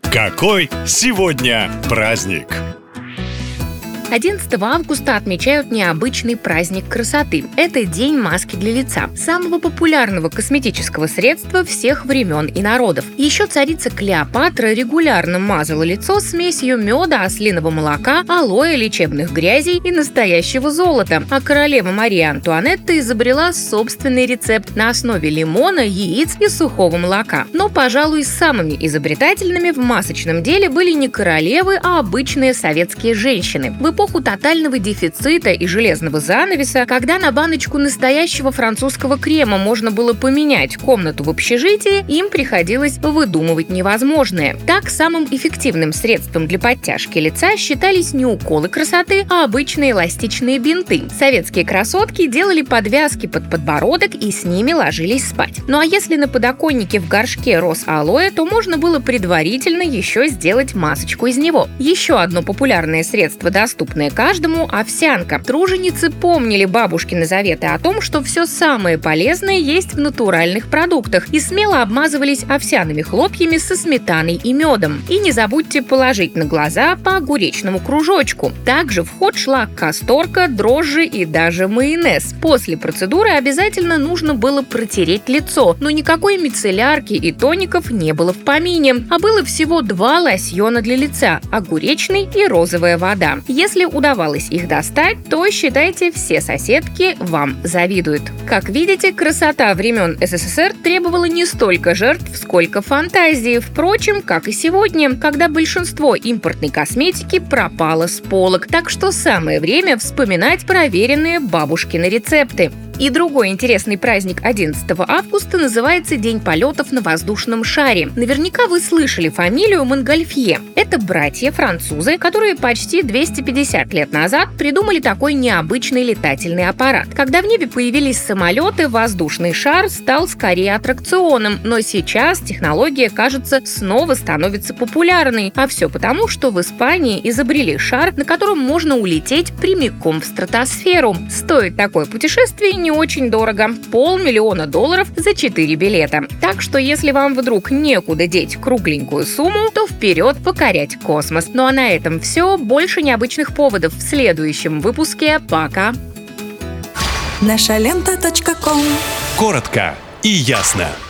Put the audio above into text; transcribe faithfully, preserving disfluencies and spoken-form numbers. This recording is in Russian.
Какой сегодня праздник? одиннадцатого августа отмечают необычный праздник красоты. Это День маски для лица, самого популярного косметического средства всех времен и народов. Еще царица Клеопатра регулярно мазала лицо смесью меда, ослиного молока, алоэ, лечебных грязей и настоящего золота. А королева Мария Антуанетта изобрела собственный рецепт на основе лимона, яиц и сухого молока. Но, пожалуй, самыми изобретательными в масочном деле были не королевы, а обычные советские женщины. В эпоху тотального дефицита и железного занавеса, когда на баночку настоящего французского крема можно было поменять комнату в общежитии, им приходилось выдумывать невозможное. Так, самым эффективным средством для подтяжки лица считались не уколы красоты, а обычные эластичные бинты. Советские красотки делали подвязки под подбородок и с ними ложились спать. Ну а если на подоконнике в горшке рос алоэ, то можно было предварительно еще сделать масочку из него. Еще одно популярное средство, доступное каждому – овсянка. Труженицы помнили бабушкины заветы о том, что все самое полезное есть в натуральных продуктах, и смело обмазывались овсяными хлопьями со сметаной и медом. И не забудьте положить на глаза по огуречному кружочку. Также в ход шла касторка, дрожжи и даже майонез. После процедуры обязательно нужно было протереть лицо, но никакой мицеллярки и тоников не было в помине, а было всего два лосьона для лица – огуречный и розовая вода. Если удавалось их достать, то, считайте, все соседки вам завидуют. Как видите, красота времен СССР требовала не столько жертв, сколько фантазии. Впрочем, как и сегодня, когда большинство импортной косметики пропало с полок. Так что самое время вспоминать проверенные бабушкины рецепты. И другой интересный праздник одиннадцатого августа называется День полетов на воздушном шаре. Наверняка вы слышали фамилию Монгольфье. Это братья-французы, которые почти двести пятьдесят лет назад придумали такой необычный летательный аппарат. Когда в небе появились самолеты, воздушный шар стал скорее аттракционом. Но сейчас технология, кажется, снова становится популярной. А все потому, что в Испании изобрели шар, на котором можно улететь прямиком в стратосферу. Стоит такое путешествие не очень дорого – полмиллиона долларов за четыре билета. Так что если вам вдруг некуда деть кругленькую сумму, то вперед покорять космос. Ну а на этом все. Больше необычных поводов в следующем выпуске. Пока! наша лента точка ком. Коротко и ясно.